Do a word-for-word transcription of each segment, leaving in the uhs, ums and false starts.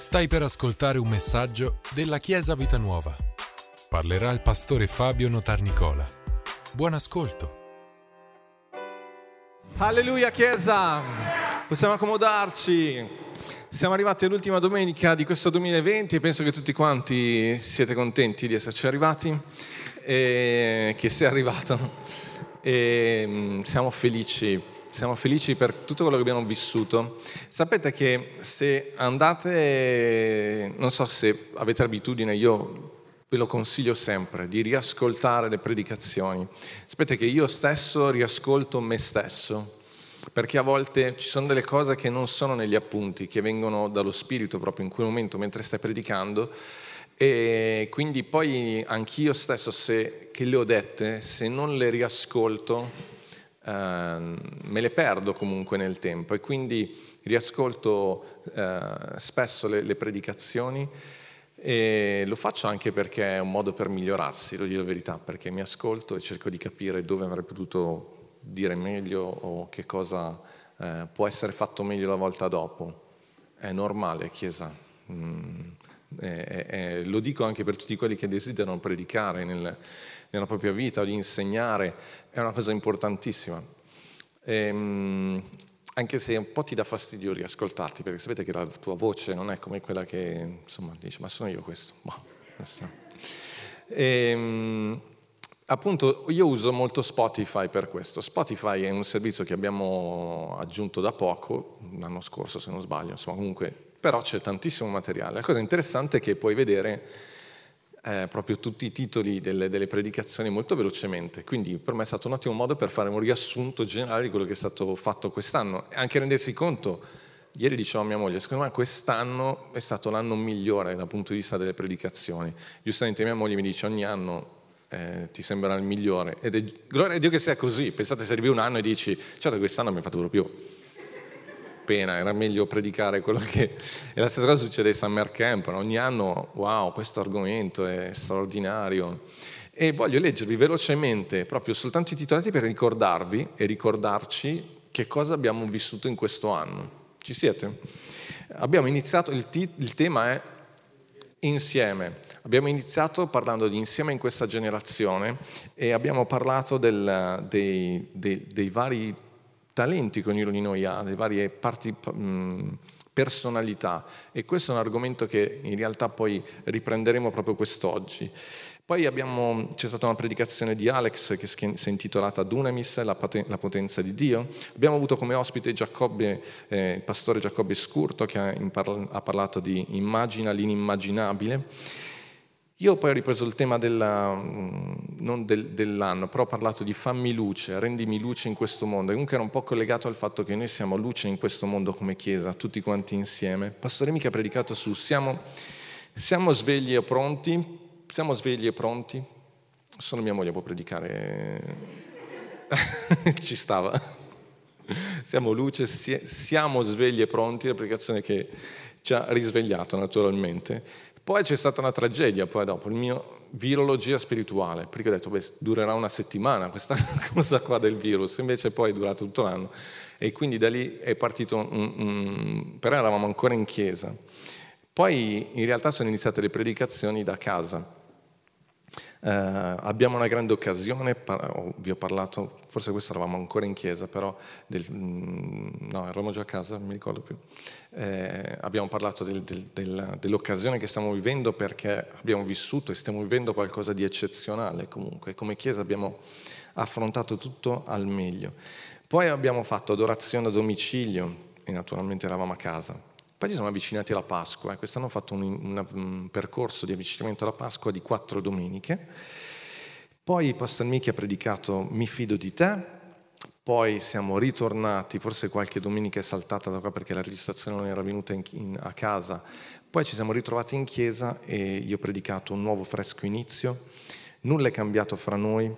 Stai per ascoltare un messaggio della Chiesa Vita Nuova. Parlerà il pastore Fabio Notarnicola. Buon ascolto. Alleluia Chiesa! Possiamo accomodarci. Siamo arrivati all'ultima domenica di questo duemilaventi e penso che tutti quanti siete contenti di esserci arrivati, e che sia arrivato. E siamo felici. Siamo felici per tutto quello che abbiamo vissuto. Sapete che se andate, non so se avete abitudine, io ve lo consiglio sempre, di riascoltare le predicazioni. Sapete che io stesso riascolto me stesso, perché a volte ci sono delle cose che non sono negli appunti, che vengono dallo Spirito proprio in quel momento mentre stai predicando, e quindi poi anch'io stesso, se che le ho dette, se non le riascolto, Uh, me le perdo comunque nel tempo, e quindi riascolto uh, spesso le, le predicazioni, e lo faccio anche perché è un modo per migliorarsi, lo dico la verità, perché mi ascolto e cerco di capire dove avrei potuto dire meglio o che cosa uh, può essere fatto meglio la volta dopo. È normale, Chiesa. Mm, è, è, lo dico anche per tutti quelli che desiderano predicare nel nella propria vita o di insegnare, è una cosa importantissima. E, anche se un po' ti dà fastidio riascoltarti, perché sapete che la tua voce non è come quella che, insomma, dici, ma sono io questo? Boh, questo. E, appunto, io uso molto Spotify per questo. Spotify è un servizio che abbiamo aggiunto da poco, l'anno scorso se non sbaglio, insomma, comunque, però c'è tantissimo materiale. La cosa interessante è che puoi vedere Eh, proprio tutti i titoli delle, delle predicazioni molto velocemente, quindi per me è stato un ottimo modo per fare un riassunto generale di quello che è stato fatto quest'anno e anche rendersi conto. Ieri dicevo a mia moglie, secondo me quest'anno è stato l'anno migliore dal punto di vista delle predicazioni. Giustamente mia moglie mi dice ogni anno eh, ti sembra il migliore, ed è gloria a Dio che sia così. Pensate se arrivi un anno e dici certo quest'anno mi ha fatto proprio pena, era meglio predicare quello che... E la stessa cosa succede ai Summer Camp, no? Ogni anno, wow, questo argomento è straordinario. E voglio leggervi velocemente proprio soltanto i titolati per ricordarvi e ricordarci che cosa abbiamo vissuto in questo anno. Ci siete? Abbiamo iniziato, il, t- il tema è insieme. Abbiamo iniziato parlando di insieme in questa generazione e abbiamo parlato del, dei, dei, dei vari talenti che ognuno di noi ha, le varie parti, mh, personalità, e questo è un argomento che in realtà poi riprenderemo proprio quest'oggi. Poi abbiamo, c'è stata una predicazione di Alex che si è intitolata Dunamis, la, paten- la potenza di Dio. Abbiamo avuto come ospite Giacobbe, eh, il pastore Giacobbe Scurto, che ha, impar- ha parlato di Immagina l'inimmaginabile. Io poi ho ripreso il tema della, non del, dell'anno, però ho parlato di fammi luce, rendimi luce in questo mondo. E comunque era un po' collegato al fatto che noi siamo luce in questo mondo come Chiesa, tutti quanti insieme. Pastore Mica ha predicato su siamo, siamo svegli e pronti, siamo svegli e pronti. Solo mia moglie può predicare, ci stava. Siamo luce, siamo svegli e pronti, la predicazione che ci ha risvegliato naturalmente. Poi c'è stata una tragedia, poi dopo, il mio virologia spirituale, perché ho detto, beh, durerà una settimana questa cosa qua del virus, invece poi è durato tutto l'anno, e quindi da lì è partito, un, un, però eravamo ancora in chiesa. Poi in realtà sono iniziate le predicazioni da casa. Uh, abbiamo una grande occasione, par- vi ho parlato, forse questo eravamo ancora in chiesa, però del, mm, no, eravamo già a casa, non mi ricordo più. Eh, abbiamo parlato del, del, del, dell'occasione che stiamo vivendo, perché abbiamo vissuto e stiamo vivendo qualcosa di eccezionale comunque. Come chiesa abbiamo affrontato tutto al meglio. Poi abbiamo fatto adorazione a domicilio e naturalmente eravamo a casa. Poi ci siamo avvicinati alla Pasqua, eh. Quest'anno ho fatto un, un, un percorso di avvicinamento alla Pasqua di quattro domeniche. Poi Pastor Michi ha predicato Mi fido di te. Poi siamo ritornati, forse qualche domenica è saltata da qua perché la registrazione non era venuta in, in, a casa. Poi ci siamo ritrovati in chiesa e io ho predicato un nuovo fresco inizio. Nulla è cambiato fra noi.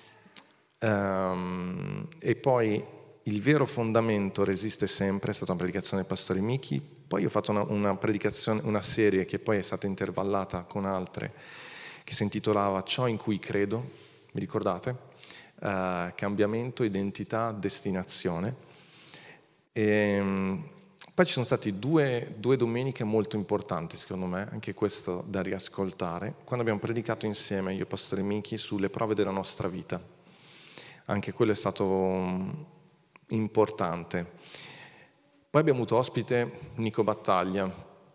Um, e poi il vero fondamento resiste sempre, è stata una predicazione del Pastore Michi. Poi ho fatto una, una predicazione, una serie che poi è stata intervallata con altre, che si intitolava Ciò in cui credo, mi ricordate? Uh, cambiamento, identità, destinazione. E, Poi ci sono state due, due domeniche molto importanti, secondo me, anche questo da riascoltare, quando abbiamo predicato insieme, io e Pastore Michi, sulle prove della nostra vita. Anche quello è stato importante. Poi abbiamo avuto ospite Nico Battaglia,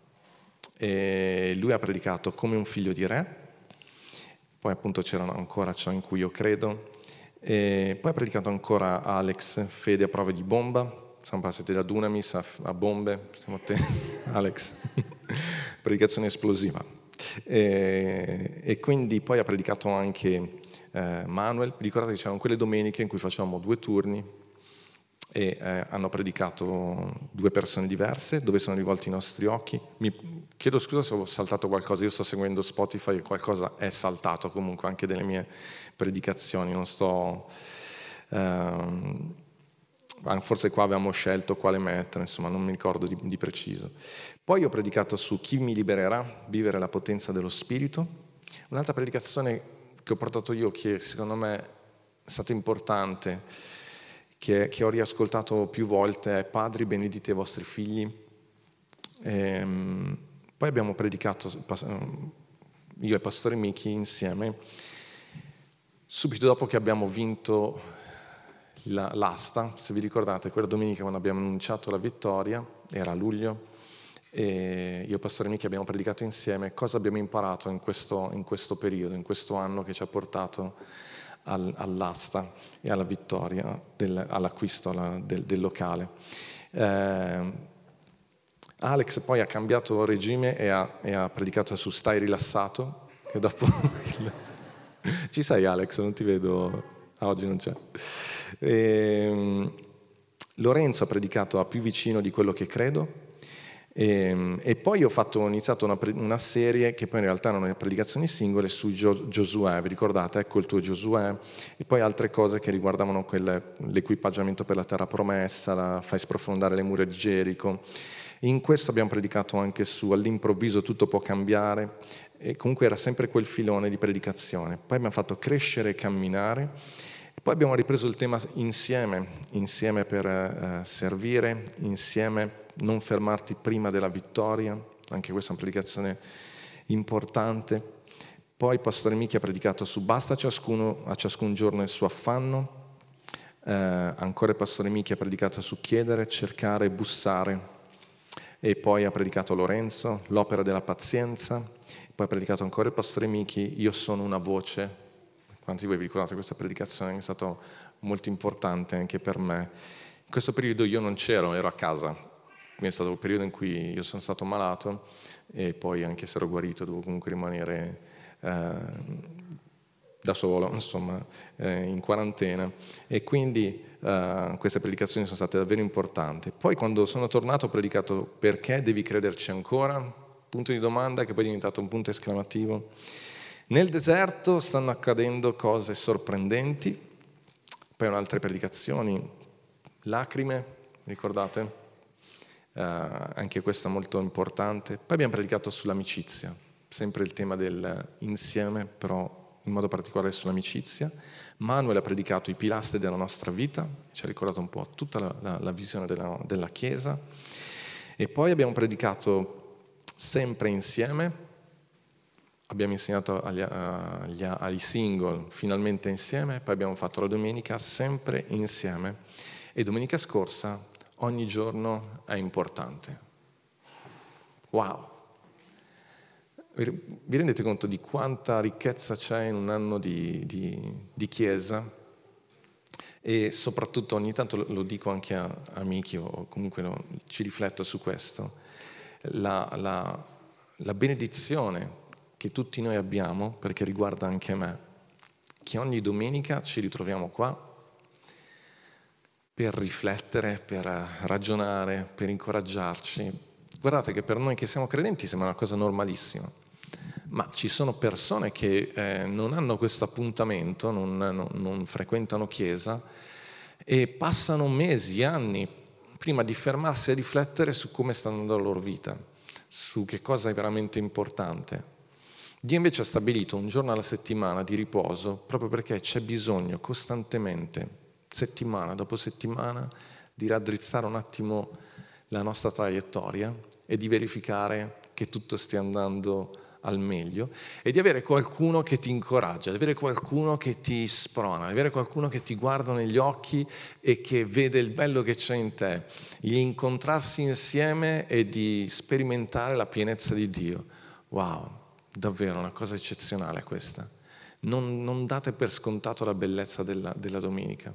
e lui ha predicato come un figlio di re, poi appunto c'erano ancora ciò in cui io credo, e poi ha predicato ancora Alex, Fede a prove di bomba. Siamo passati da Dunamis a, a bombe, siamo te, Alex, predicazione esplosiva. E, e quindi poi ha predicato anche eh, Manuel. Ricordate che c'erano quelle domeniche in cui facevamo due turni e eh, hanno predicato due persone diverse, dove sono rivolti i nostri occhi. Mi chiedo scusa se ho saltato qualcosa, io sto seguendo Spotify e qualcosa è saltato comunque anche delle mie predicazioni, non sto... Ehm, forse qua avevamo scelto quale mettere, insomma non mi ricordo di, di preciso. Poi ho predicato su chi mi libererà, vivere la potenza dello Spirito. Un'altra predicazione che ho portato io, che secondo me è stata importante, che, che ho riascoltato più volte, è Padri, benedite i vostri figli. E, poi abbiamo predicato, io e Pastore Michi insieme, subito dopo che abbiamo vinto La, l'asta, se vi ricordate, quella domenica quando abbiamo annunciato la vittoria, era a luglio, e io e Pastore Michi abbiamo predicato insieme cosa abbiamo imparato in questo, in questo periodo, in questo anno che ci ha portato al, all'asta e alla vittoria, del, all'acquisto alla, del, del locale. Eh, Alex poi ha cambiato regime e ha, e ha predicato su Stai rilassato, che dopo... Ci sei Alex? Non ti vedo... Ah, oggi non c'è. E, Lorenzo ha predicato a più vicino di quello che credo, e, e poi ho, fatto, ho iniziato una, una serie che poi in realtà erano predicazioni singole su Gio, Giosuè, vi ricordate? Ecco il tuo Giosuè, e poi altre cose che riguardavano quel, l'equipaggiamento per la terra promessa, la, fai sprofondare le mura di Gerico. In questo abbiamo predicato anche su all'improvviso tutto può cambiare, e comunque era sempre quel filone di predicazione. Poi abbiamo fatto crescere e camminare, e poi abbiamo ripreso il tema insieme, insieme per eh, servire, insieme non fermarti prima della vittoria, anche questa è una predicazione importante. Poi Pastore Michi ha predicato su basta ciascuno, a ciascun giorno il suo affanno, eh, ancora il Pastore Michi ha predicato su chiedere, cercare e bussare, e poi ha predicato Lorenzo, l'opera della pazienza. Poi ha predicato ancora il Pastore Michi, io sono una voce. Quanti di voi vi ricordate questa predicazione? È stato molto importante anche per me. In questo periodo io non c'ero, ero a casa. Quindi è stato un periodo in cui io sono stato malato e poi anche se ero guarito dovevo comunque rimanere eh, da solo, insomma, eh, in quarantena. E quindi eh, queste predicazioni sono state davvero importanti. Poi quando sono tornato ho predicato perché devi crederci ancora? Punto di domanda che poi è diventato un punto esclamativo. Nel deserto stanno accadendo cose sorprendenti, poi altre predicazioni, lacrime, ricordate? Uh, anche questa molto importante. Poi abbiamo predicato sull'amicizia, sempre il tema del insieme, però in modo particolare sull'amicizia. Manuel ha predicato i pilastri della nostra vita, ci ha ricordato un po' tutta la, la, la visione della, della Chiesa. E poi abbiamo predicato sempre insieme, abbiamo insegnato agli, agli, ai single finalmente insieme, poi abbiamo fatto la domenica sempre insieme, e domenica scorsa ogni giorno è importante. Wow! Vi rendete conto di quanta ricchezza c'è in un anno di, di, di Chiesa? E soprattutto ogni tanto lo, lo dico anche a amici o comunque no, ci rifletto su questo. La, la, la benedizione che tutti noi abbiamo, perché riguarda anche me, che ogni domenica ci ritroviamo qua per riflettere, per ragionare, per incoraggiarci. Guardate che per noi che siamo credenti sembra una cosa normalissima, ma ci sono persone che eh, non hanno questo appuntamento, non, non, non frequentano chiesa e passano mesi, anni prima di fermarsi a riflettere su come sta andando la loro vita, su che cosa è veramente importante. Dio invece ha stabilito un giorno alla settimana di riposo proprio perché c'è bisogno costantemente, settimana dopo settimana, di raddrizzare un attimo la nostra traiettoria e di verificare che tutto stia andando al meglio e di avere qualcuno che ti incoraggia, di avere qualcuno che ti sprona, di avere qualcuno che ti guarda negli occhi e che vede il bello che c'è in te, di incontrarsi insieme e di sperimentare la pienezza di Dio. Wow, davvero una cosa eccezionale questa. Non, non date per scontato la bellezza della, della domenica.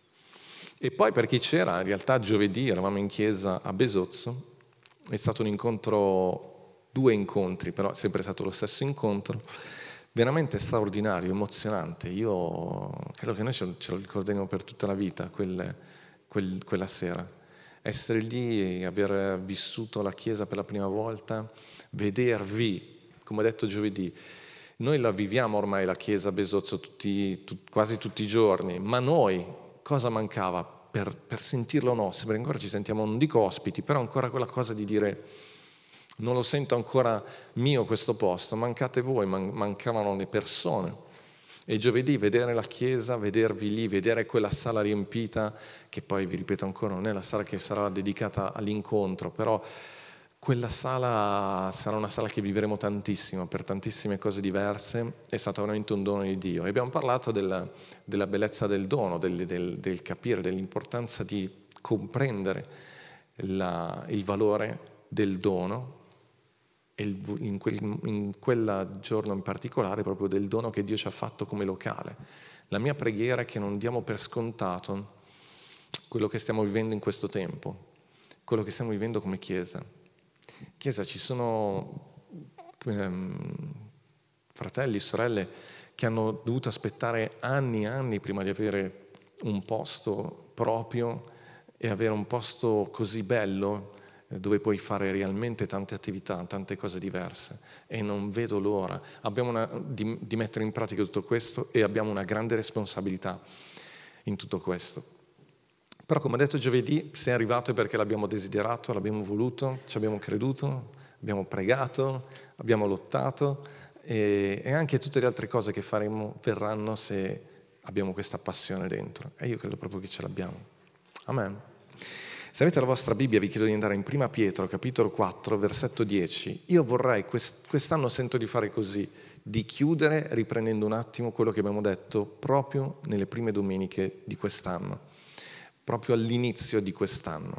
E poi per chi c'era, in realtà giovedì eravamo in chiesa a Besozzo, è stato un incontro, due incontri, però è sempre stato lo stesso incontro, veramente straordinario, emozionante. Io credo che noi ce lo, ce lo ricorderemo per tutta la vita, quel, quel, quella sera. Essere lì e aver vissuto la chiesa per la prima volta, vedervi, come ho detto giovedì, noi la viviamo ormai la chiesa a Besozzo tutti, tu, quasi tutti i giorni, ma noi cosa mancava per, per sentirlo nostro? Perché ancora ci sentiamo, non dico ospiti, però ancora quella cosa di dire non lo sento ancora mio questo posto, mancate voi, man, mancavano le persone. E giovedì vedere la chiesa, vedervi lì, vedere quella sala riempita, che poi vi ripeto ancora non è la sala che sarà dedicata all'incontro, però quella sala sarà una sala che vivremo tantissimo, per tantissime cose diverse, è stato veramente un dono di Dio. E abbiamo parlato della, della bellezza del dono, del, del, del capire, dell'importanza di comprendere la, il valore del dono, e il, in, quel, in quel giorno in particolare proprio del dono che Dio ci ha fatto come locale. La mia preghiera è che non diamo per scontato quello che stiamo vivendo in questo tempo, quello che stiamo vivendo come Chiesa. Chiesa, ci sono ehm, fratelli, sorelle che hanno dovuto aspettare anni e anni prima di avere un posto proprio e avere un posto così bello eh, dove puoi fare realmente tante attività, tante cose diverse, e non vedo l'ora abbiamo una, di, di mettere in pratica tutto questo, e abbiamo una grande responsabilità in tutto questo. Però come ho detto giovedì, se è arrivato è perché l'abbiamo desiderato, l'abbiamo voluto, ci abbiamo creduto, abbiamo pregato, abbiamo lottato, e, e anche tutte le altre cose che faremo verranno se abbiamo questa passione dentro. E io credo proprio che ce l'abbiamo. Amen. Se avete la vostra Bibbia vi chiedo di andare in Prima Pietro, capitolo quattro, versetto dieci. Io vorrei, quest, quest'anno sento di fare così, di chiudere riprendendo un attimo quello che abbiamo detto proprio nelle prime domeniche di quest'anno, proprio all'inizio di quest'anno,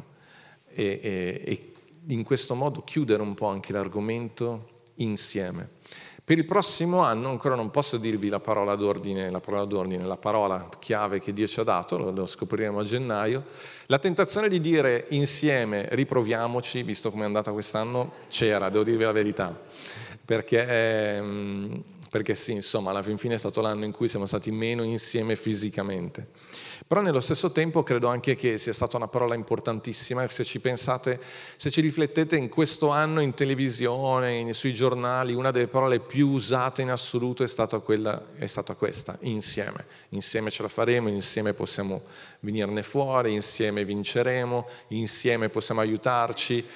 e, e, e in questo modo chiudere un po' anche l'argomento insieme. Per il prossimo anno ancora non posso dirvi la parola d'ordine, la parola d'ordine, la parola chiave che Dio ci ha dato, lo, lo scopriremo a gennaio. La tentazione di dire insieme riproviamoci, visto come è andata quest'anno, c'era, devo dirvi la verità, perché... Ehm, perché sì, insomma, alla fin fine è stato l'anno in cui siamo stati meno insieme fisicamente. Però nello stesso tempo credo anche che sia stata una parola importantissima, e se ci pensate, se ci riflettete, in questo anno in televisione, in, sui giornali, una delle parole più usate in assoluto è stata quella, è stata questa, insieme. Insieme ce la faremo, insieme possiamo venirne fuori, insieme vinceremo, insieme possiamo aiutarci.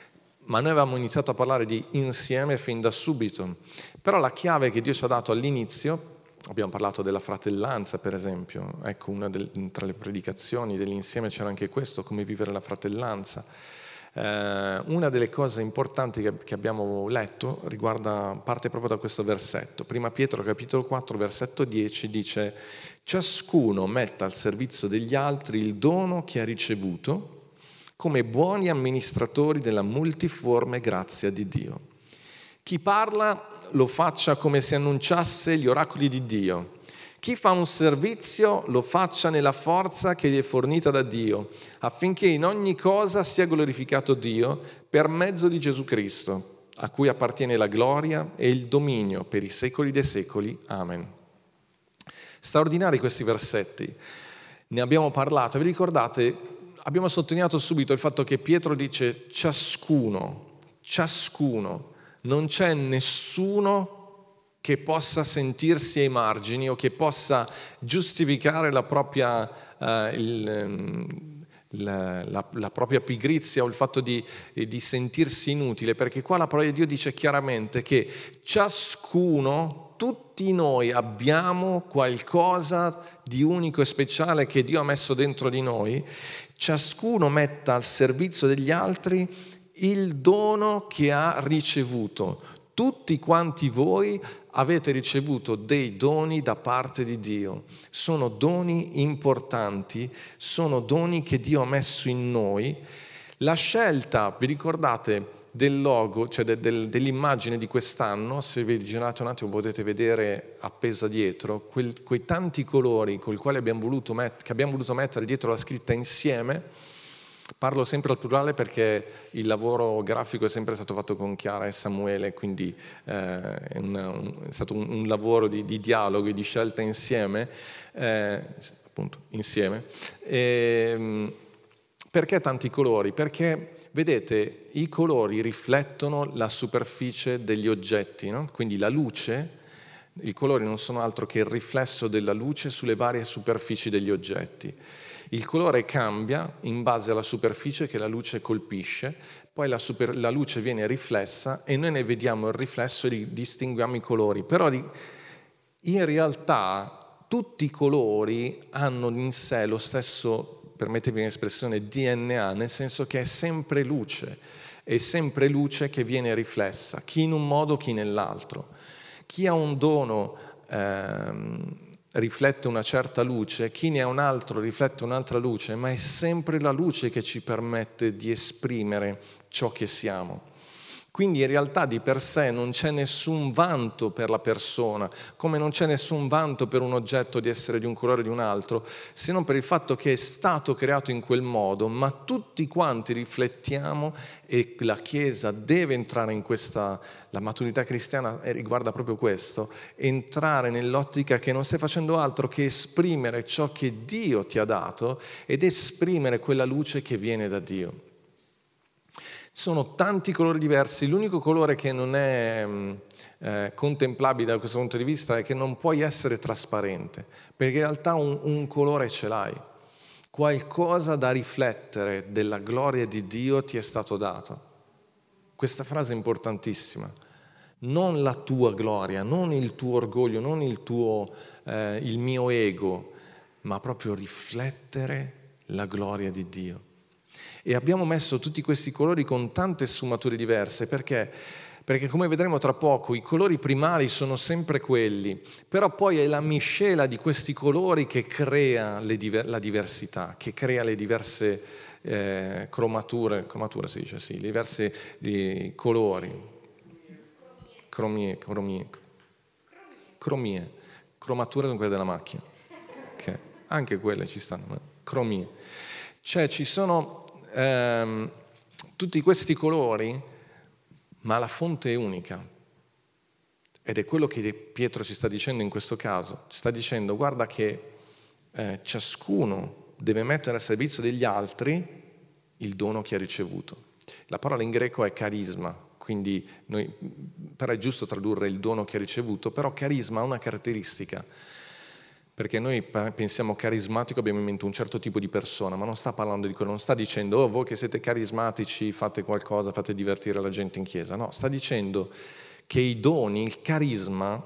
Ma noi avevamo iniziato a parlare di insieme fin da subito. Però la chiave che Dio ci ha dato all'inizio, abbiamo parlato della fratellanza per esempio, ecco, una del, tra le predicazioni dell'insieme c'era anche questo, come vivere la fratellanza. Eh, una delle cose importanti che, che abbiamo letto riguarda, parte proprio da questo versetto. Prima Pietro capitolo quattro versetto dieci dice: ciascuno metta al servizio degli altri il dono che ha ricevuto, come buoni amministratori della multiforme grazia di Dio. Chi parla lo faccia come se annunciasse gli oracoli di Dio. Chi fa un servizio lo faccia nella forza che gli è fornita da Dio, affinché in ogni cosa sia glorificato Dio per mezzo di Gesù Cristo, a cui appartiene la gloria e il dominio per i secoli dei secoli. Amen. Straordinari questi versetti. Ne abbiamo parlato. Vi ricordate? Abbiamo sottolineato subito il fatto che Pietro dice ciascuno, ciascuno. Non c'è nessuno che possa sentirsi ai margini o che possa giustificare la propria, eh, il, la, la, la propria pigrizia o il fatto di, di sentirsi inutile, perché qua la parola di Dio dice chiaramente che ciascuno, tutti noi abbiamo qualcosa di unico e speciale che Dio ha messo dentro di noi. ciascuno metta al servizio degli altri il dono che ha ricevuto. Tutti quanti voi avete ricevuto dei doni da parte di Dio. Sono doni importanti, sono doni che Dio ha messo in noi. La scelta, vi ricordate, del logo, cioè de, del, dell'immagine di quest'anno, se vi girate un attimo potete vedere appesa dietro, quel, quei tanti colori con i quali abbiamo voluto met- che abbiamo voluto mettere dietro la scritta insieme. Parlo sempre al plurale perché il lavoro grafico è sempre stato fatto con Chiara e Samuele, quindi eh, è, una, un, è stato un, un lavoro di, di dialogo e di scelta insieme, eh, appunto insieme. E, perché tanti colori? Perché vedete, i colori riflettono la superficie degli oggetti, no? Quindi la luce, i colori non sono altro che il riflesso della luce sulle varie superfici degli oggetti. Il colore cambia in base alla superficie che la luce colpisce, poi la, super, la luce viene riflessa e noi ne vediamo il riflesso e distinguiamo i colori. Però in realtà tutti i colori hanno in sé lo stesso, permettetemi l'espressione, D N A, nel senso che è sempre luce, è sempre luce che viene riflessa, chi in un modo, chi nell'altro. Chi ha un dono ehm, riflette una certa luce, chi ne ha un altro riflette un'altra luce, ma è sempre la luce che ci permette di esprimere ciò che siamo. Quindi in realtà di per sé non c'è nessun vanto per la persona, come non c'è nessun vanto per un oggetto di essere di un colore o di un altro, se non per il fatto che è stato creato in quel modo, ma tutti quanti riflettiamo e la Chiesa deve entrare in questa, la maturità cristiana riguarda proprio questo, entrare nell'ottica che non stai facendo altro che esprimere ciò che Dio ti ha dato ed esprimere quella luce che viene da Dio. Sono tanti colori diversi, l'unico colore che non è eh, contemplabile da questo punto di vista è che non puoi essere trasparente, perché in realtà un, un colore ce l'hai, qualcosa da riflettere della gloria di Dio ti è stato dato. Questa frase è importantissima, non la tua gloria, non il tuo orgoglio, non il tuo, eh, il mio ego, ma proprio riflettere la gloria di Dio. E abbiamo messo tutti questi colori con tante sfumature diverse, perché? Perché come vedremo tra poco i colori primari sono sempre quelli, però poi è la miscela di questi colori che crea le diver- la diversità, che crea le diverse eh, cromature, cromatura si dice, sì, le diverse eh, colori, cromie, cromie, cromie, cromature sono quelle della macchina, okay. Anche quelle ci stanno, ma cromie, cioè ci sono ehm, tutti questi colori, ma la fonte è unica, ed è quello che Pietro ci sta dicendo in questo caso. Ci sta dicendo, guarda che eh, ciascuno deve mettere a servizio degli altri il dono che ha ricevuto. La parola in greco è carisma, quindi noi, però è giusto tradurre il dono che ha ricevuto, però carisma ha una caratteristica, perché noi pensiamo carismatico, abbiamo in mente un certo tipo di persona, ma non sta parlando di quello, non sta dicendo oh, voi che siete carismatici fate qualcosa, fate divertire la gente in chiesa, no, sta dicendo che i doni, il carisma,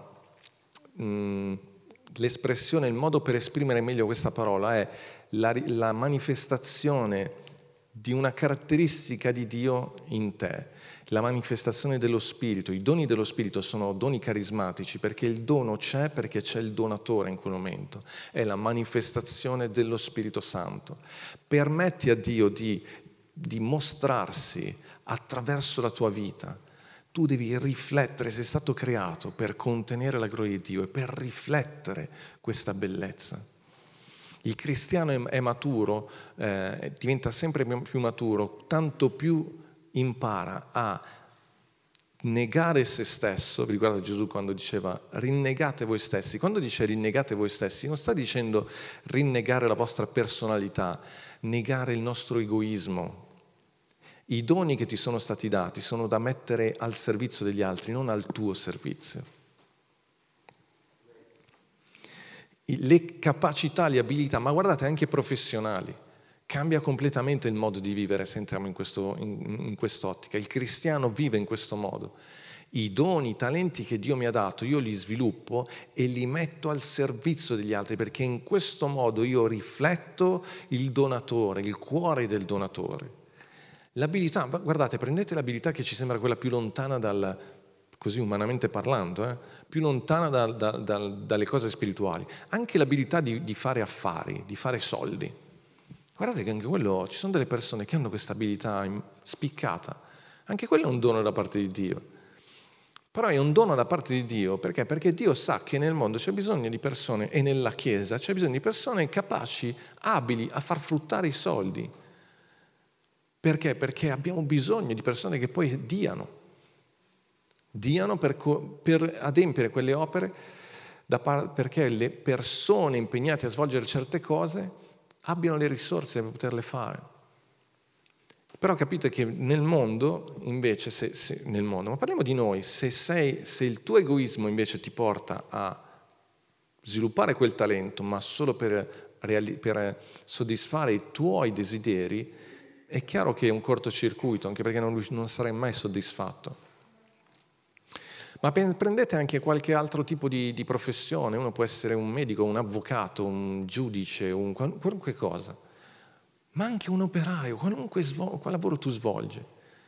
mh, l'espressione, il modo per esprimere meglio questa parola è la, la manifestazione di una caratteristica di Dio in te, la manifestazione dello Spirito. I doni dello Spirito sono doni carismatici perché il dono c'è, perché c'è il donatore in quel momento, è la manifestazione dello Spirito Santo. Permetti a Dio di, di mostrarsi attraverso la tua vita. Tu devi riflettere, sei stato creato per contenere la gloria di Dio e per riflettere questa bellezza. Il cristiano è, è maturo, eh, diventa sempre più maturo, tanto più impara a negare se stesso. Vi ricordate Gesù quando diceva rinnegate voi stessi? Quando dice rinnegate voi stessi non sta dicendo rinnegare la vostra personalità, negare il nostro egoismo. I doni che ti sono stati dati sono da mettere al servizio degli altri, non al tuo servizio. Le capacità, le abilità, ma guardate anche professionali, cambia completamente il modo di vivere se entriamo in, questo, in, in quest'ottica. Il cristiano vive in questo modo. I doni, i talenti che Dio mi ha dato, io li sviluppo e li metto al servizio degli altri, perché in questo modo io rifletto il donatore, il cuore del donatore. L'abilità, guardate, prendete l'abilità che ci sembra quella più lontana dal, così umanamente parlando, eh, più lontana da, da, da, dalle cose spirituali. Anche l'abilità di, di fare affari, di fare soldi. Guardate che anche quello, ci sono delle persone che hanno questa abilità spiccata. Anche quello è un dono da parte di Dio. Però è un dono da parte di Dio, perché? Perché Dio sa che nel mondo c'è bisogno di persone, e nella Chiesa c'è bisogno di persone capaci, abili a far fruttare i soldi. Perché? Perché abbiamo bisogno di persone che poi diano, diano per, per adempiere quelle opere, da par- perché le persone impegnate a svolgere certe cose abbiano le risorse per poterle fare. Però capite che nel mondo, invece, se, se, nel mondo, ma parliamo di noi, se, sei, se il tuo egoismo invece ti porta a sviluppare quel talento, ma solo per, reali, per soddisfare i tuoi desideri, è chiaro che è un cortocircuito, anche perché non, non sarai mai soddisfatto. Ma prendete anche qualche altro tipo di, di professione, uno può essere un medico, un avvocato, un giudice, un, qualunque cosa. Ma anche un operaio, qualunque svol- qual lavoro tu svolgi,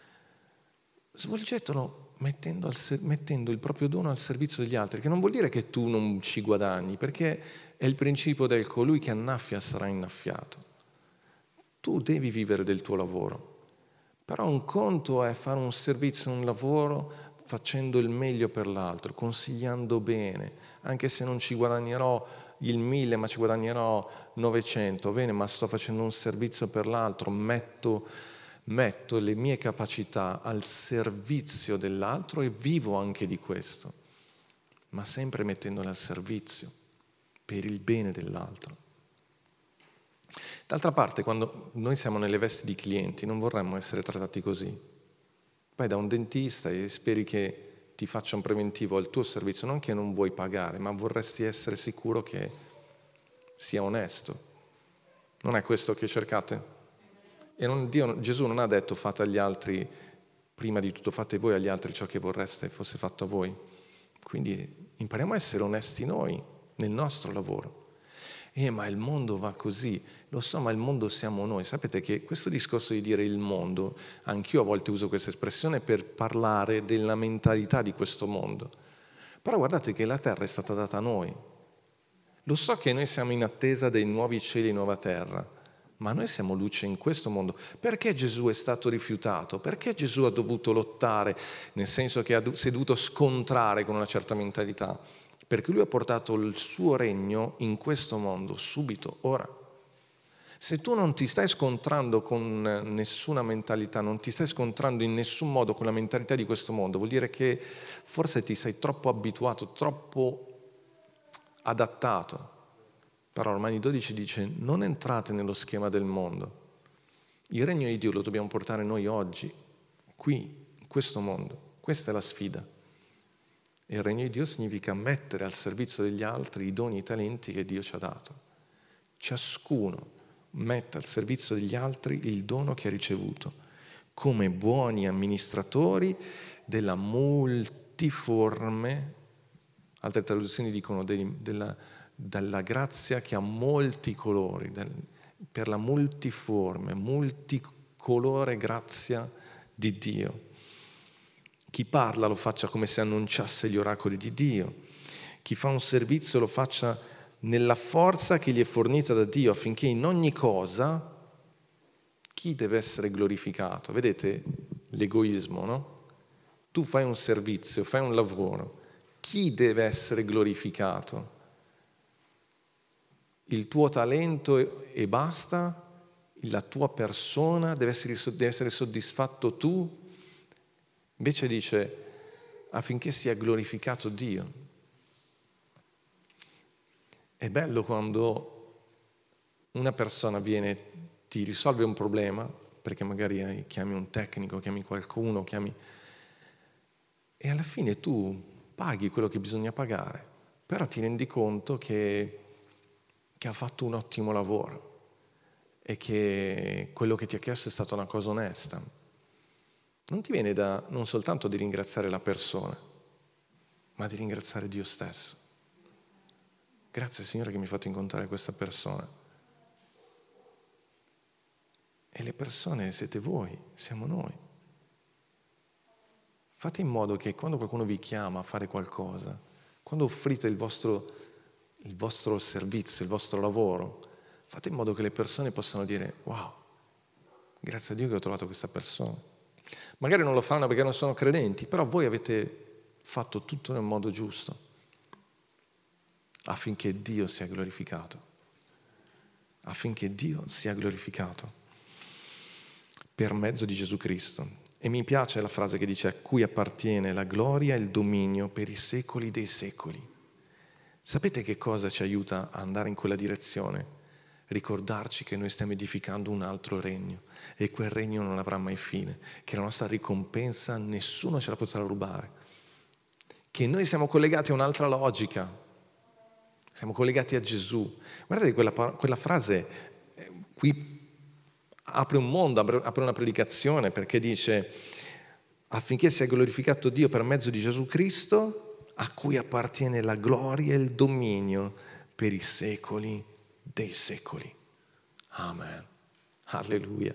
svolgetelo mettendo, al ser- mettendo il proprio dono al servizio degli altri, che non vuol dire che tu non ci guadagni, perché è il principio del colui che annaffia sarà innaffiato. Tu devi vivere del tuo lavoro, però un conto è fare un servizio, un lavoro facendo il meglio per l'altro, consigliando bene, anche se non ci guadagnerò il mille, ma ci guadagnerò novecento, bene, ma sto facendo un servizio per l'altro, metto, metto le mie capacità al servizio dell'altro e vivo anche di questo, ma sempre mettendole al servizio per il bene dell'altro. D'altra parte, quando noi siamo nelle vesti di clienti, non vorremmo essere trattati così. Vai da un dentista e speri che ti faccia un preventivo al tuo servizio, non che non vuoi pagare, ma vorresti essere sicuro che sia onesto. Non è questo che cercate? E non, Dio, Gesù non ha detto fate agli altri, prima di tutto fate voi agli altri ciò che vorreste fosse fatto a voi. Quindi impariamo a essere onesti noi nel nostro lavoro. Eh, ma il mondo va così, lo so, ma il mondo siamo noi. Sapete che questo discorso di dire il mondo, anch'io a volte uso questa espressione per parlare della mentalità di questo mondo. Però guardate che la terra è stata data a noi. Lo so che noi siamo in attesa dei nuovi cieli e nuova terra, ma noi siamo luce in questo mondo. Perché Gesù è stato rifiutato? Perché Gesù ha dovuto lottare, nel senso che si è dovuto scontrare con una certa mentalità? Perché lui ha portato il suo regno in questo mondo, subito, ora. Se tu non ti stai scontrando con nessuna mentalità, non ti stai scontrando in nessun modo con la mentalità di questo mondo, vuol dire che forse ti sei troppo abituato, troppo adattato. Però Romani dodici dice: non entrate nello schema del mondo. Il regno di Dio lo dobbiamo portare noi oggi, qui, in questo mondo. Questa è la sfida. Il regno di Dio significa mettere al servizio degli altri i doni e i talenti che Dio ci ha dato. Ciascuno mette al servizio degli altri il dono che ha ricevuto, come buoni amministratori della multiforme, altre traduzioni dicono dei, della, della grazia che ha molti colori, del, per la multiforme, multicolore grazia di Dio. Chi parla lo faccia come se annunciasse gli oracoli di Dio. Chi fa un servizio lo faccia nella forza che gli è fornita da Dio, affinché in ogni cosa chi deve essere glorificato. Vedete l'egoismo, no? Tu fai un servizio, fai un lavoro. Chi deve essere glorificato? Il tuo talento e basta? La tua persona? Deve essere, deve essere soddisfatto tu? Invece dice affinché sia glorificato Dio. È bello quando una persona viene, ti risolve un problema, perché magari chiami un tecnico, chiami qualcuno, chiami... e alla fine tu paghi quello che bisogna pagare, però ti rendi conto che, che ha fatto un ottimo lavoro e che quello che ti ha chiesto è stata una cosa onesta. non ti viene da non soltanto di ringraziare la persona, ma di ringraziare Dio stesso. Grazie Signore che mi hai fatto incontrare questa persona. E le persone siete voi, siamo noi. Fate in modo che quando qualcuno vi chiama a fare qualcosa, quando offrite il vostro, il vostro servizio, il vostro lavoro, fate in modo che le persone possano dire: wow, grazie a Dio che ho trovato questa persona. Magari non lo fanno perché non sono credenti, però voi avete fatto tutto nel modo giusto, affinché Dio sia glorificato. Affinché Dio sia glorificato per mezzo di Gesù Cristo. E mi piace la frase che dice: a cui appartiene la gloria e il dominio per i secoli dei secoli. Sapete che cosa ci aiuta a andare in quella direzione? Ricordarci che noi stiamo edificando un altro regno e quel regno non avrà mai fine, che la nostra ricompensa nessuno ce la potrà rubare, che noi siamo collegati a un'altra logica, siamo collegati a Gesù. Guardate quella, quella frase eh, qui apre un mondo, apre una predicazione, perché dice: affinché sia glorificato Dio per mezzo di Gesù Cristo, a cui appartiene la gloria e il dominio per i secoli dei secoli. Amen. Alleluia.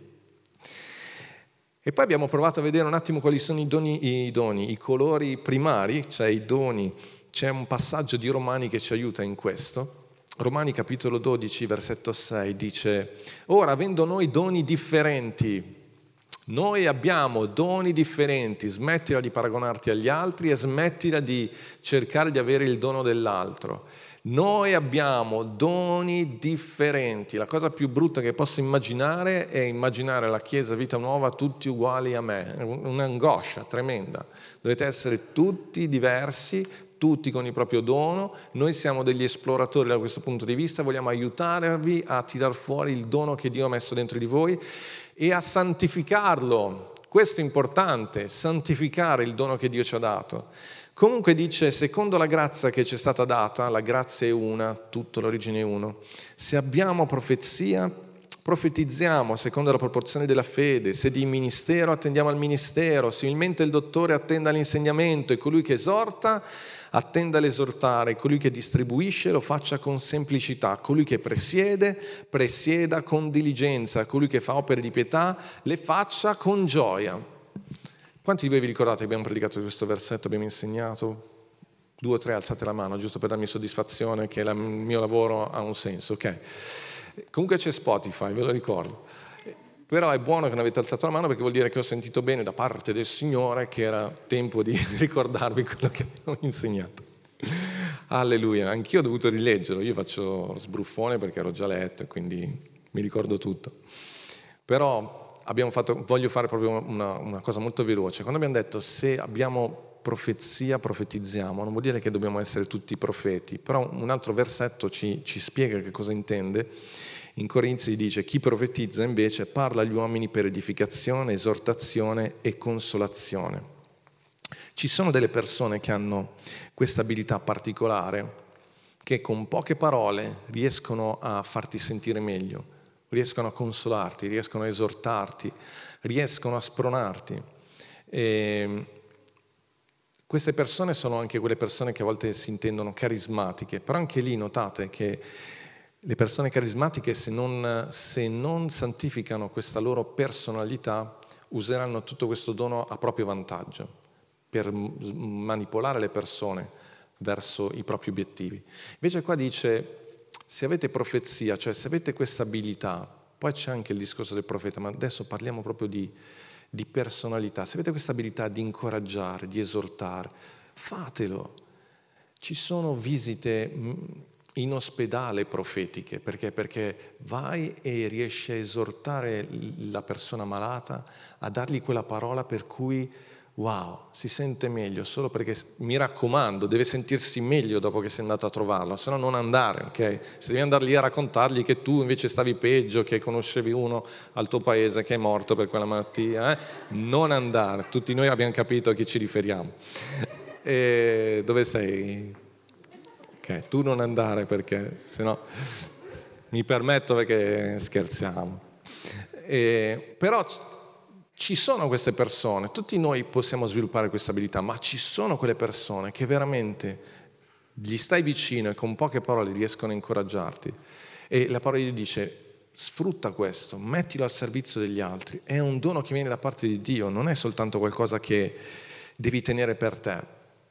E poi abbiamo provato a vedere un attimo quali sono i doni, i doni, i colori primari, cioè i doni. C'è un passaggio di Romani che ci aiuta in questo. Romani capitolo dodici, versetto sei dice: ora, avendo noi doni differenti, noi abbiamo doni differenti, smettila di paragonarti agli altri e smettila di cercare di avere il dono dell'altro. Noi abbiamo doni differenti. La cosa più brutta che posso immaginare è immaginare la Chiesa Vita Nuova tutti uguali a me. È un'angoscia tremenda. Dovete essere tutti diversi, tutti con il proprio dono. Noi siamo degli esploratori da questo punto di vista, vogliamo aiutarvi a tirar fuori il dono che Dio ha messo dentro di voi e a santificarlo. Questo è importante, santificare il dono che Dio ci ha dato. Comunque dice: secondo la grazia che ci è stata data, la grazia è una, tutto l'origine è uno. Se abbiamo profezia, profetizziamo secondo la proporzione della fede. Se di ministero, attendiamo al ministero. Similmente il dottore attenda all'insegnamento e colui che esorta attenda all'esortare, colui che distribuisce lo faccia con semplicità, colui che presiede, presieda con diligenza, colui che fa opere di pietà le faccia con gioia. Quanti di voi vi ricordate che abbiamo predicato questo versetto, abbiamo insegnato? Due o tre, alzate la mano, giusto per darmi soddisfazione che il mio lavoro ha un senso, ok? Comunque c'è Spotify, ve lo ricordo. Però è buono che non avete alzato la mano, perché vuol dire che ho sentito bene da parte del Signore che era tempo di ricordarvi quello che abbiamo insegnato. Alleluia, anch'io ho dovuto rileggerlo, io faccio sbruffone perché ero già letto e quindi mi ricordo tutto. Però abbiamo fatto, voglio fare proprio una, una cosa molto veloce. Quando abbiamo detto se abbiamo profezia, profetizziamo, non vuol dire che dobbiamo essere tutti profeti, però un altro versetto ci, ci spiega che cosa intende. In Corinzi dice: chi profetizza invece parla agli uomini per edificazione, esortazione e consolazione. Ci sono delle persone che hanno questa abilità particolare, che con poche parole riescono a farti sentire meglio, riescono a consolarti, riescono a esortarti, riescono a spronarti. E queste persone sono anche quelle persone che a volte si intendono carismatiche, però anche lì notate che le persone carismatiche, se non, se non santificano questa loro personalità, useranno tutto questo dono a proprio vantaggio, per manipolare le persone verso i propri obiettivi. Invece qua dice: se avete profezia, cioè se avete questa abilità, poi c'è anche il discorso del profeta, ma adesso parliamo proprio di, di personalità, se avete questa abilità di incoraggiare, di esortare, fatelo. Ci sono visite in ospedale profetiche, perché? Perché vai e riesci a esortare la persona malata, a dargli quella parola per cui wow, si sente meglio, solo perché, mi raccomando, deve sentirsi meglio dopo che sei andato a trovarlo, se no non andare, ok? Se devi andare lì a raccontargli che tu invece stavi peggio, che conoscevi uno al tuo paese che è morto per quella malattia, eh? Non andare, tutti noi abbiamo capito a chi ci riferiamo. E dove sei? Ok, tu non andare, perché se no mi permetto, perché scherziamo. E, però ci sono queste persone, tutti noi possiamo sviluppare questa abilità, ma ci sono quelle persone che veramente gli stai vicino e con poche parole riescono a incoraggiarti. E la parola di Dio dice: sfrutta questo, mettilo al servizio degli altri. È un dono che viene da parte di Dio, non è soltanto qualcosa che devi tenere per te.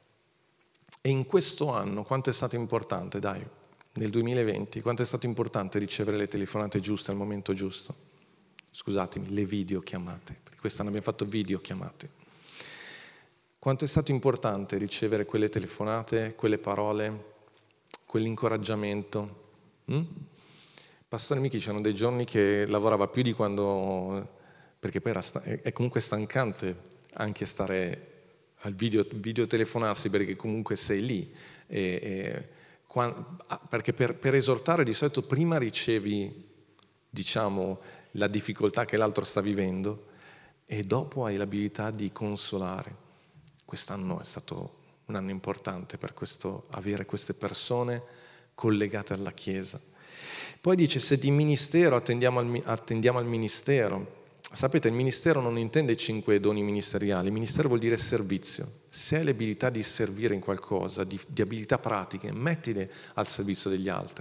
E in questo anno quanto è stato importante, dai, nel duemilaventi, quanto è stato importante ricevere le telefonate giuste al momento giusto. Scusatemi, le videochiamate, perché quest'anno abbiamo fatto videochiamate. Quanto è stato importante ricevere quelle telefonate, quelle parole, quell'incoraggiamento. Mm? Pastore Michi, c'erano dei giorni che lavorava più di quando, perché poi era sta- è comunque stancante anche stare al video, videotelefonarsi, perché comunque sei lì. E, e, quando, perché per, per esortare di solito prima ricevi, diciamo, la difficoltà che l'altro sta vivendo e dopo hai l'abilità di consolare. Quest'anno è stato un anno importante per questo, avere queste persone collegate alla Chiesa. Poi dice: se di ministero attendiamo al, attendiamo al ministero. Sapete, il ministero non intende i cinque doni ministeriali, il ministero vuol dire servizio. Se hai l'abilità di servire in qualcosa, di, di abilità pratiche, mettile al servizio degli altri.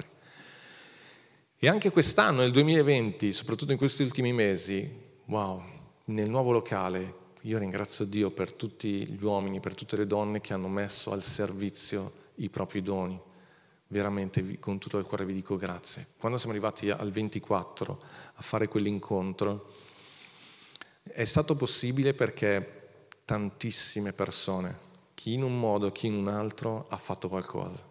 E anche quest'anno, nel duemilaventi, soprattutto in questi ultimi mesi, wow, nel nuovo locale, io ringrazio Dio per tutti gli uomini, per tutte le donne che hanno messo al servizio i propri doni. Veramente, con tutto il cuore vi dico grazie. Quando siamo arrivati al ventiquattro a fare quell'incontro, è stato possibile perché tantissime persone, chi in un modo, chi in un altro, ha fatto qualcosa.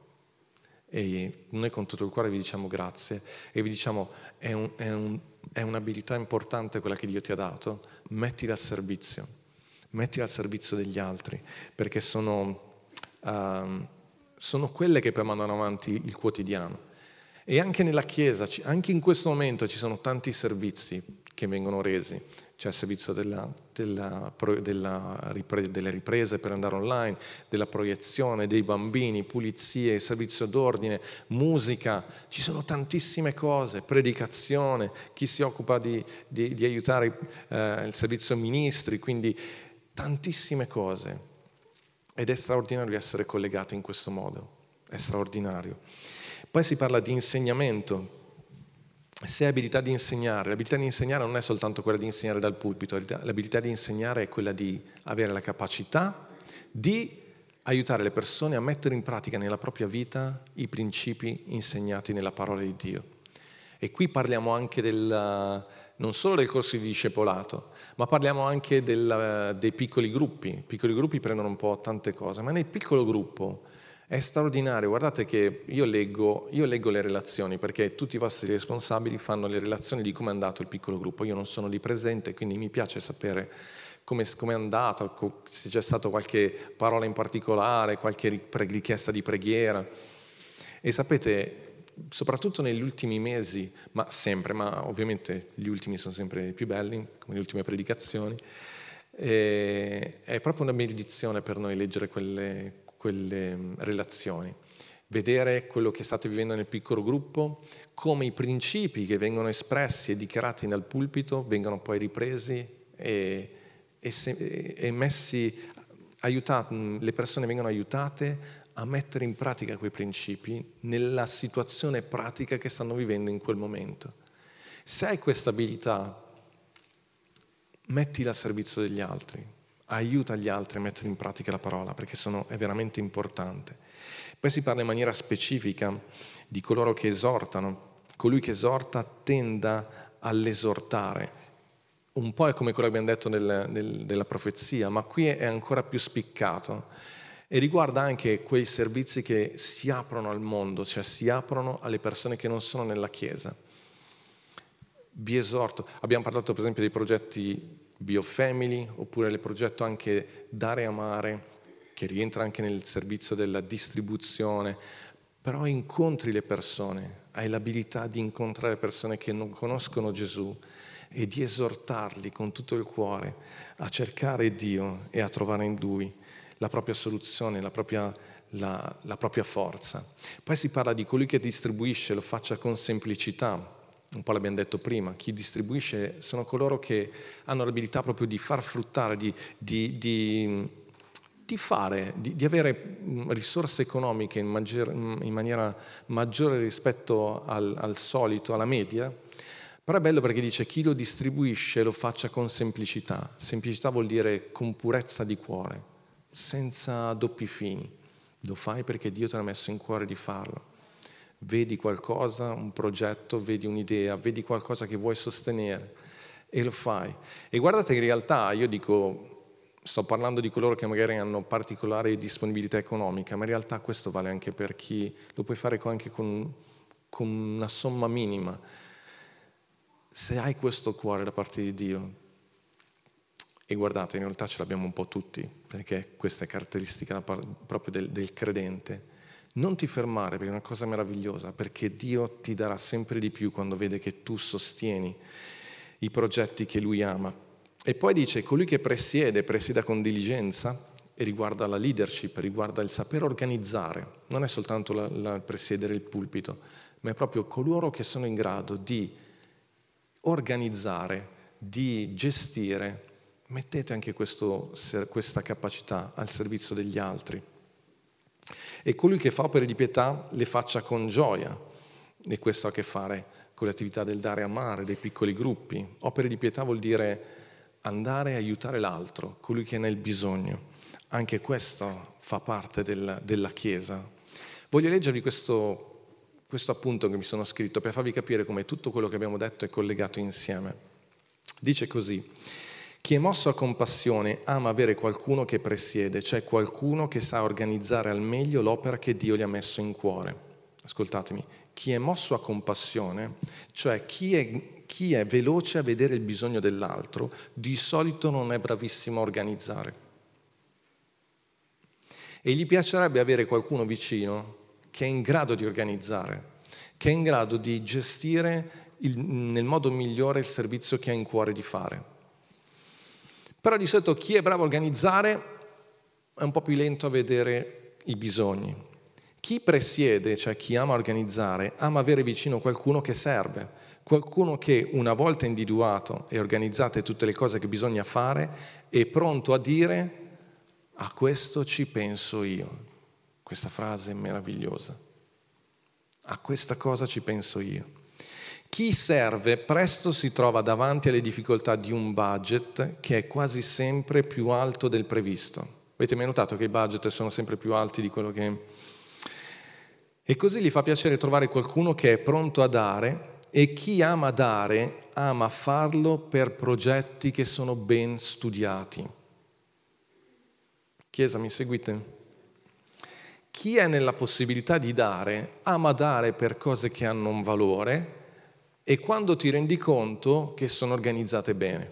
E noi con tutto il cuore vi diciamo grazie e vi diciamo è, un, è, un, è un'abilità importante quella che Dio ti ha dato, mettila al servizio, mettila al servizio degli altri, perché sono, uh, sono quelle che poi mandano avanti il quotidiano. E anche nella Chiesa, anche in questo momento ci sono tanti servizi che vengono resi. C'è il servizio della, della, della ripre, delle riprese per andare online, della proiezione, dei bambini, pulizie, servizio d'ordine, musica, ci sono tantissime cose, predicazione, chi si occupa di, di, di aiutare eh, il servizio ministri, quindi tantissime cose. Ed è straordinario essere collegati in questo modo, è straordinario. Poi si parla di insegnamento. Se hai abilità di insegnare, l'abilità di insegnare non è soltanto quella di insegnare dal pulpito, l'abilità di insegnare è quella di avere la capacità di aiutare le persone a mettere in pratica nella propria vita i principi insegnati nella parola di Dio. E qui parliamo anche del, non solo del corso di discepolato, ma parliamo anche del, dei piccoli gruppi. I piccoli gruppi prendono un po' tante cose, ma nel piccolo gruppo è straordinario. Guardate che io leggo, io leggo le relazioni, perché tutti i vostri responsabili fanno le relazioni di come è andato il piccolo gruppo. Io non sono lì presente, quindi mi piace sapere come è andato, se c'è stata qualche parola in particolare, qualche richiesta di preghiera. E sapete, soprattutto negli ultimi mesi, ma sempre, ma ovviamente gli ultimi sono sempre i più belli, come le ultime predicazioni, è proprio una benedizione per noi leggere quelle quelle relazioni, vedere quello che state vivendo nel piccolo gruppo, come i principi che vengono espressi e dichiarati dal pulpito vengono poi ripresi e, e, se, e messi, aiutati, le persone vengono aiutate a mettere in pratica quei principi nella situazione pratica che stanno vivendo in quel momento. Se hai questa abilità, mettila al servizio degli altri. Aiuta gli altri a mettere in pratica la parola, perché sono, è veramente importante. Poi si parla in maniera specifica di coloro che esortano. Colui che esorta tenda all'esortare. Un po' è come quello che abbiamo detto nel, nel, della profezia, ma qui è ancora più spiccato. E riguarda anche quei servizi che si aprono al mondo, cioè si aprono alle persone che non sono nella Chiesa. Vi esorto. Abbiamo parlato per esempio dei progetti BioFamily, oppure il progetto anche Dare e Amare, che rientra anche nel servizio della distribuzione, però incontri le persone, hai l'abilità di incontrare persone che non conoscono Gesù e di esortarli con tutto il cuore a cercare Dio e a trovare in Lui la propria soluzione, la propria, la, la propria forza. Poi si parla di colui che distribuisce, lo faccia con semplicità. un po' l'abbiamo detto prima, chi distribuisce sono coloro che hanno l'abilità proprio di far fruttare, di, di, di, di fare, di, di avere risorse economiche in, maggior, in maniera maggiore rispetto al, al solito, alla media. Però è bello perché dice chi lo distribuisce lo faccia con semplicità. Semplicità vuol dire con purezza di cuore, senza doppi fini. Lo fai perché Dio te l'ha messo in cuore di farlo. Vedi qualcosa, un progetto, vedi un'idea, vedi qualcosa che vuoi sostenere e lo fai. E guardate che in realtà io dico, sto parlando di coloro che magari hanno particolare disponibilità economica, ma in realtà questo vale anche per chi lo puoi fare anche con, con una somma minima. Se hai questo cuore da parte di Dio, e guardate, in realtà ce l'abbiamo un po' tutti, perché questa è caratteristica proprio del, del credente, non ti fermare perché è una cosa meravigliosa, perché Dio ti darà sempre di più quando vede che tu sostieni i progetti che Lui ama. E poi dice, colui che presiede, presieda con diligenza, e riguarda la leadership, riguarda il saper organizzare, non è soltanto la, la presiedere il pulpito, ma è proprio coloro che sono in grado di organizzare, di gestire. Mettete anche questo, questa capacità al servizio degli altri. E colui che fa opere di pietà le faccia con gioia, e questo ha a che fare con le attività del dare a amare, dei piccoli gruppi. Opere di pietà vuol dire andare a aiutare l'altro, colui che è nel bisogno. Anche questo fa parte del, della Chiesa. Voglio leggervi questo questo appunto che mi sono scritto per farvi capire come tutto quello che abbiamo detto è collegato insieme. Dice così: chi è mosso a compassione ama avere qualcuno che presiede, cioè qualcuno che sa organizzare al meglio l'opera che Dio gli ha messo in cuore. Ascoltatemi, chi è mosso a compassione, cioè chi è, chi è veloce a vedere il bisogno dell'altro, di solito non è bravissimo a organizzare. E gli piacerebbe avere qualcuno vicino che è in grado di organizzare, che è in grado di gestire il, nel modo migliore il servizio che ha in cuore di fare. Però di solito chi è bravo a organizzare è un po' più lento a vedere i bisogni. Chi presiede, cioè chi ama organizzare, ama avere vicino qualcuno che serve, qualcuno che una volta individuato e organizzate tutte le cose che bisogna fare è pronto a dire a questo ci penso io. Questa frase è meravigliosa. A questa cosa ci penso io. Chi serve presto si trova davanti alle difficoltà di un budget che è quasi sempre più alto del previsto. Avete mai notato che i budget sono sempre più alti di quello che... E così gli fa piacere trovare qualcuno che è pronto a dare, e chi ama dare ama farlo per progetti che sono ben studiati. Chiesa, mi seguite? Chi è nella possibilità di dare, ama dare per cose che hanno un valore e quando ti rendi conto che sono organizzate bene,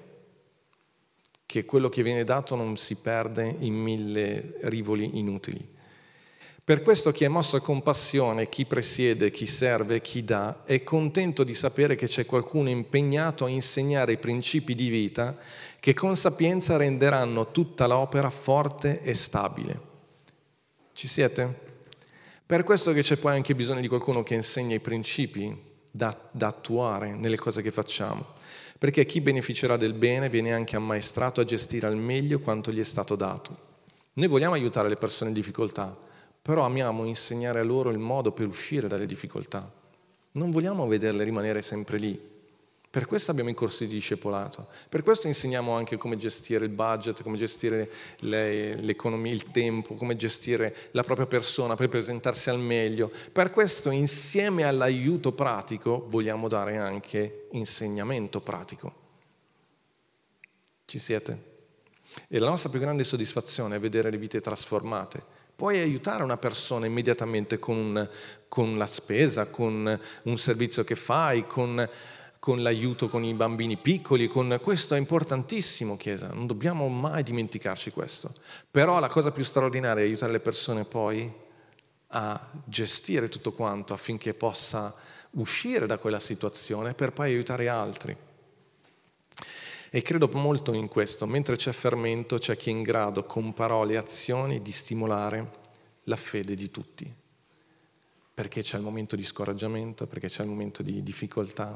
che quello che viene dato non si perde in mille rivoli inutili. Per questo chi è mosso a compassione, chi presiede, chi serve, chi dà, è contento di sapere che c'è qualcuno impegnato a insegnare i principi di vita che con sapienza renderanno tutta l'opera forte e stabile. Ci siete? Per questo che c'è poi anche bisogno di qualcuno che insegna i principi da, da attuare nelle cose che facciamo. Perché chi beneficerà del bene viene anche ammaestrato a gestire al meglio quanto gli è stato dato. Noi vogliamo aiutare le persone in difficoltà, però amiamo insegnare a loro il modo per uscire dalle difficoltà. Non vogliamo vederle rimanere sempre lì. Per questo abbiamo i corsi di discepolato, per questo insegniamo anche come gestire il budget, come gestire le, l'economia, il tempo, come gestire la propria persona per presentarsi al meglio. Per questo insieme all'aiuto pratico vogliamo dare anche insegnamento pratico. Ci siete? E la nostra più grande soddisfazione è vedere le vite trasformate. Puoi aiutare una persona immediatamente con, con la spesa, con un servizio che fai, con... con l'aiuto con i bambini piccoli, con questo è importantissimo, Chiesa, non dobbiamo mai dimenticarci questo. Però la cosa più straordinaria è aiutare le persone poi a gestire tutto quanto affinché possa uscire da quella situazione per poi aiutare altri. E credo molto in questo, mentre c'è fermento c'è chi è in grado con parole e azioni di stimolare la fede di tutti. Perché c'è il momento di scoraggiamento, perché c'è il momento di difficoltà,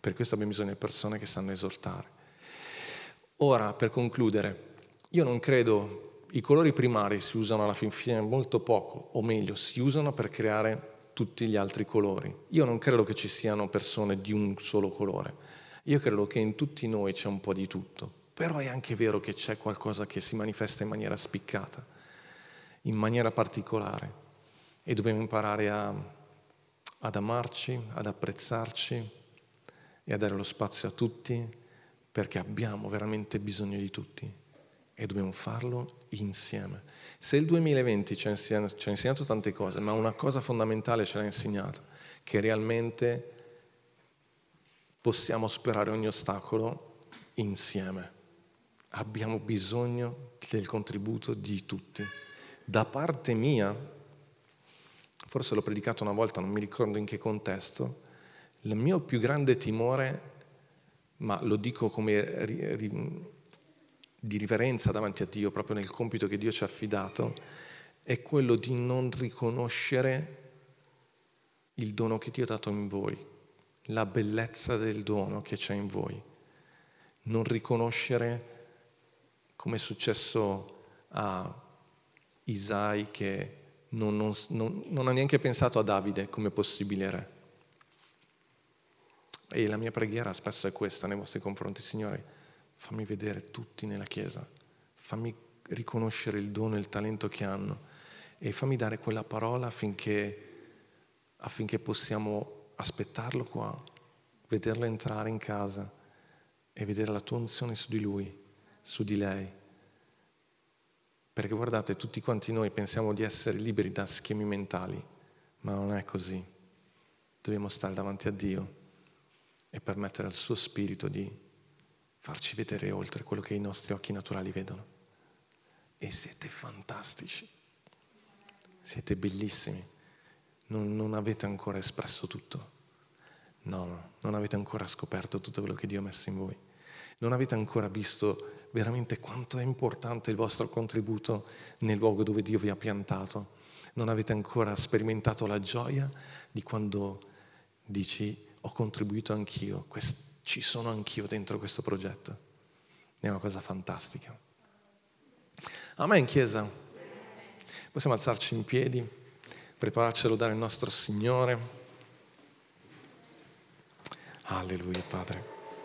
Per questo abbiamo bisogno di persone che sanno esortare. Ora, per concludere, io non credo, i colori primari si usano alla fin fine molto poco, o meglio, si usano per creare tutti gli altri colori. Io non credo che ci siano persone di un solo colore. Io credo che in tutti noi c'è un po' di tutto. Però è anche vero che c'è qualcosa che si manifesta in maniera spiccata, in maniera particolare. E dobbiamo imparare a, ad amarci, ad apprezzarci e a dare lo spazio a tutti, perché abbiamo veramente bisogno di tutti e dobbiamo farlo insieme. Se il duemilaventi ci ha insegnato, ci ha insegnato tante cose, ma una cosa fondamentale ce l'ha insegnata, che realmente possiamo superare ogni ostacolo insieme. Abbiamo bisogno del contributo di tutti. Da parte mia, forse l'ho predicato una volta, non mi ricordo in che contesto, il mio più grande timore, ma lo dico come ri, ri, di riverenza davanti a Dio, proprio nel compito che Dio ci ha affidato, è quello di non riconoscere il dono che Dio ha dato in voi, la bellezza del dono che c'è in voi. Non riconoscere, come è successo a Isai, che non, non, non, non ha neanche pensato a Davide come possibile re. E la mia preghiera spesso è questa nei vostri confronti: Signore, fammi vedere tutti nella Chiesa, fammi riconoscere il dono e il talento che hanno e fammi dare quella parola affinché, affinché possiamo aspettarlo qua, vederlo entrare in casa e vedere la tua unzione su di lui, su di lei. Perché guardate, tutti quanti noi pensiamo di essere liberi da schemi mentali, ma non è così. Dobbiamo stare davanti a Dio e permettere al suo spirito di farci vedere oltre quello che i nostri occhi naturali vedono. E siete fantastici, siete bellissimi, non, non avete ancora espresso tutto, no, no, non avete ancora scoperto tutto quello che Dio ha messo in voi, non avete ancora visto veramente quanto è importante il vostro contributo nel luogo dove Dio vi ha piantato, non avete ancora sperimentato la gioia di quando dici: ho contribuito anch'io, quest- ci sono anch'io dentro questo progetto. È una cosa fantastica. Amen, Chiesa. Possiamo alzarci in piedi, prepararci a lodare il nostro Signore. Alleluia, Padre.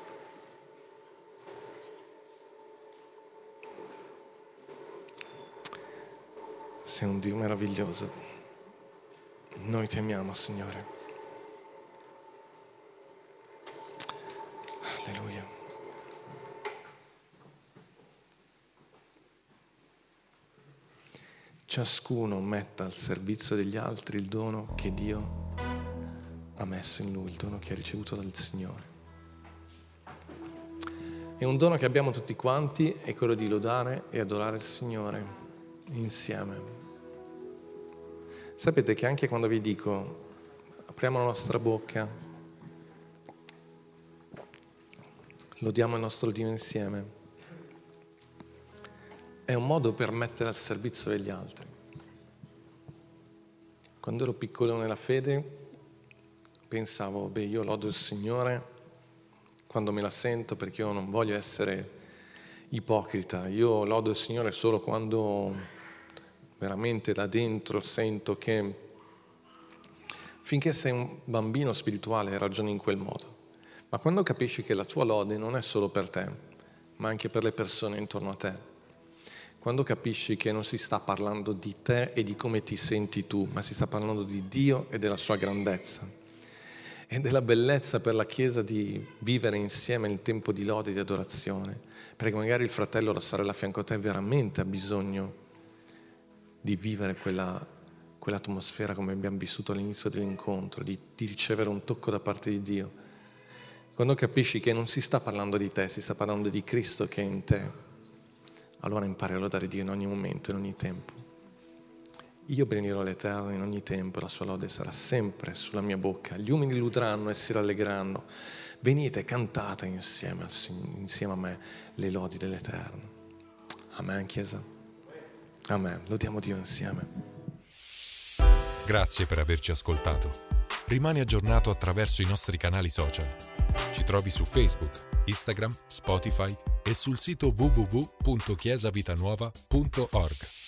Sei un Dio meraviglioso. Noi ti amiamo, Signore. Alleluia. Ciascuno metta al servizio degli altri il dono che Dio ha messo in lui, il dono che ha ricevuto dal Signore. E un dono che abbiamo tutti quanti è quello di lodare e adorare il Signore insieme. Sapete che anche quando vi dico apriamo la nostra bocca, lodiamo il nostro Dio insieme, è un modo per mettere al servizio degli altri. Quando ero piccolo nella fede pensavo, beh, io lodo il Signore quando me la sento, perché io non voglio essere ipocrita, io lodo il Signore solo quando veramente da dentro sento che finché sei un bambino spirituale ragioni in quel modo. Ma quando capisci che la tua lode non è solo per te, ma anche per le persone intorno a te, quando capisci che non si sta parlando di te e di come ti senti tu, ma si sta parlando di Dio e della sua grandezza e della bellezza per la Chiesa di vivere insieme il tempo di lode e di adorazione, perché magari il fratello o la sorella a fianco a te veramente ha bisogno di vivere quella, quell'atmosfera come abbiamo vissuto all'inizio dell'incontro, di, di ricevere un tocco da parte di Dio. Quando capisci che non si sta parlando di te, si sta parlando di Cristo che è in te, allora impari a lodare Dio in ogni momento, in ogni tempo. Io benedirò l'Eterno in ogni tempo, la sua lode sarà sempre sulla mia bocca. Gli uomini ludranno e si rallegreranno. Venite, cantate insieme, insieme a me le lodi dell'Eterno. Amen, Chiesa. Amen. Lodiamo Dio insieme. Grazie per averci ascoltato. Rimani aggiornato attraverso i nostri canali social. Ci trovi su Facebook, Instagram, Spotify e sul sito w w w punto chiesa vita nuova punto org.